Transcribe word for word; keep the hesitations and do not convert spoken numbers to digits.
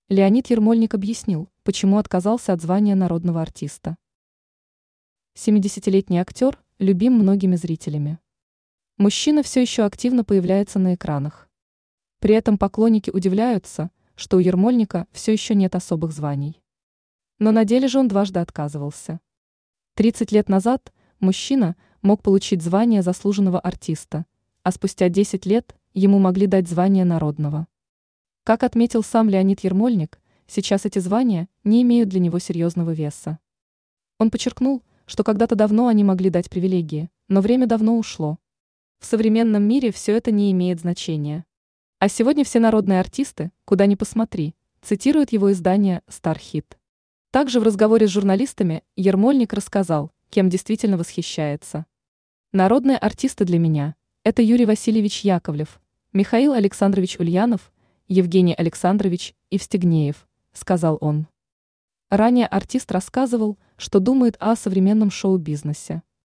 Леонид Ермольник объяснил, почему отказался от звания народного артиста. семидесятилетний актер любим многими зрителями. Мужчина все еще активно появляется на экранах. При этом поклонники удивляются, что у Ермольника все еще нет особых званий. Но на деле же он дважды отказывался. тридцать лет назад мужчина мог получить звание заслуженного артиста, а спустя десять лет ему могли дать звание народного. Как отметил сам Леонид Ермольник, сейчас эти звания не имеют для него серьезного веса. Он подчеркнул, что когда-то давно они могли дать привилегии, но время давно ушло. В современном мире все это не имеет значения. А сегодня все народные артисты, куда ни посмотри, цитируют его издание «Стархит». Также в разговоре с журналистами Ермольник рассказал, кем действительно восхищается. Народные артисты для меня – это Юрий Васильевич Яковлев, Михаил Александрович Ульянов, Евгений Александрович Евстигнеев, сказал он. Ранее артист рассказывал, что думает о современном шоу-бизнесе.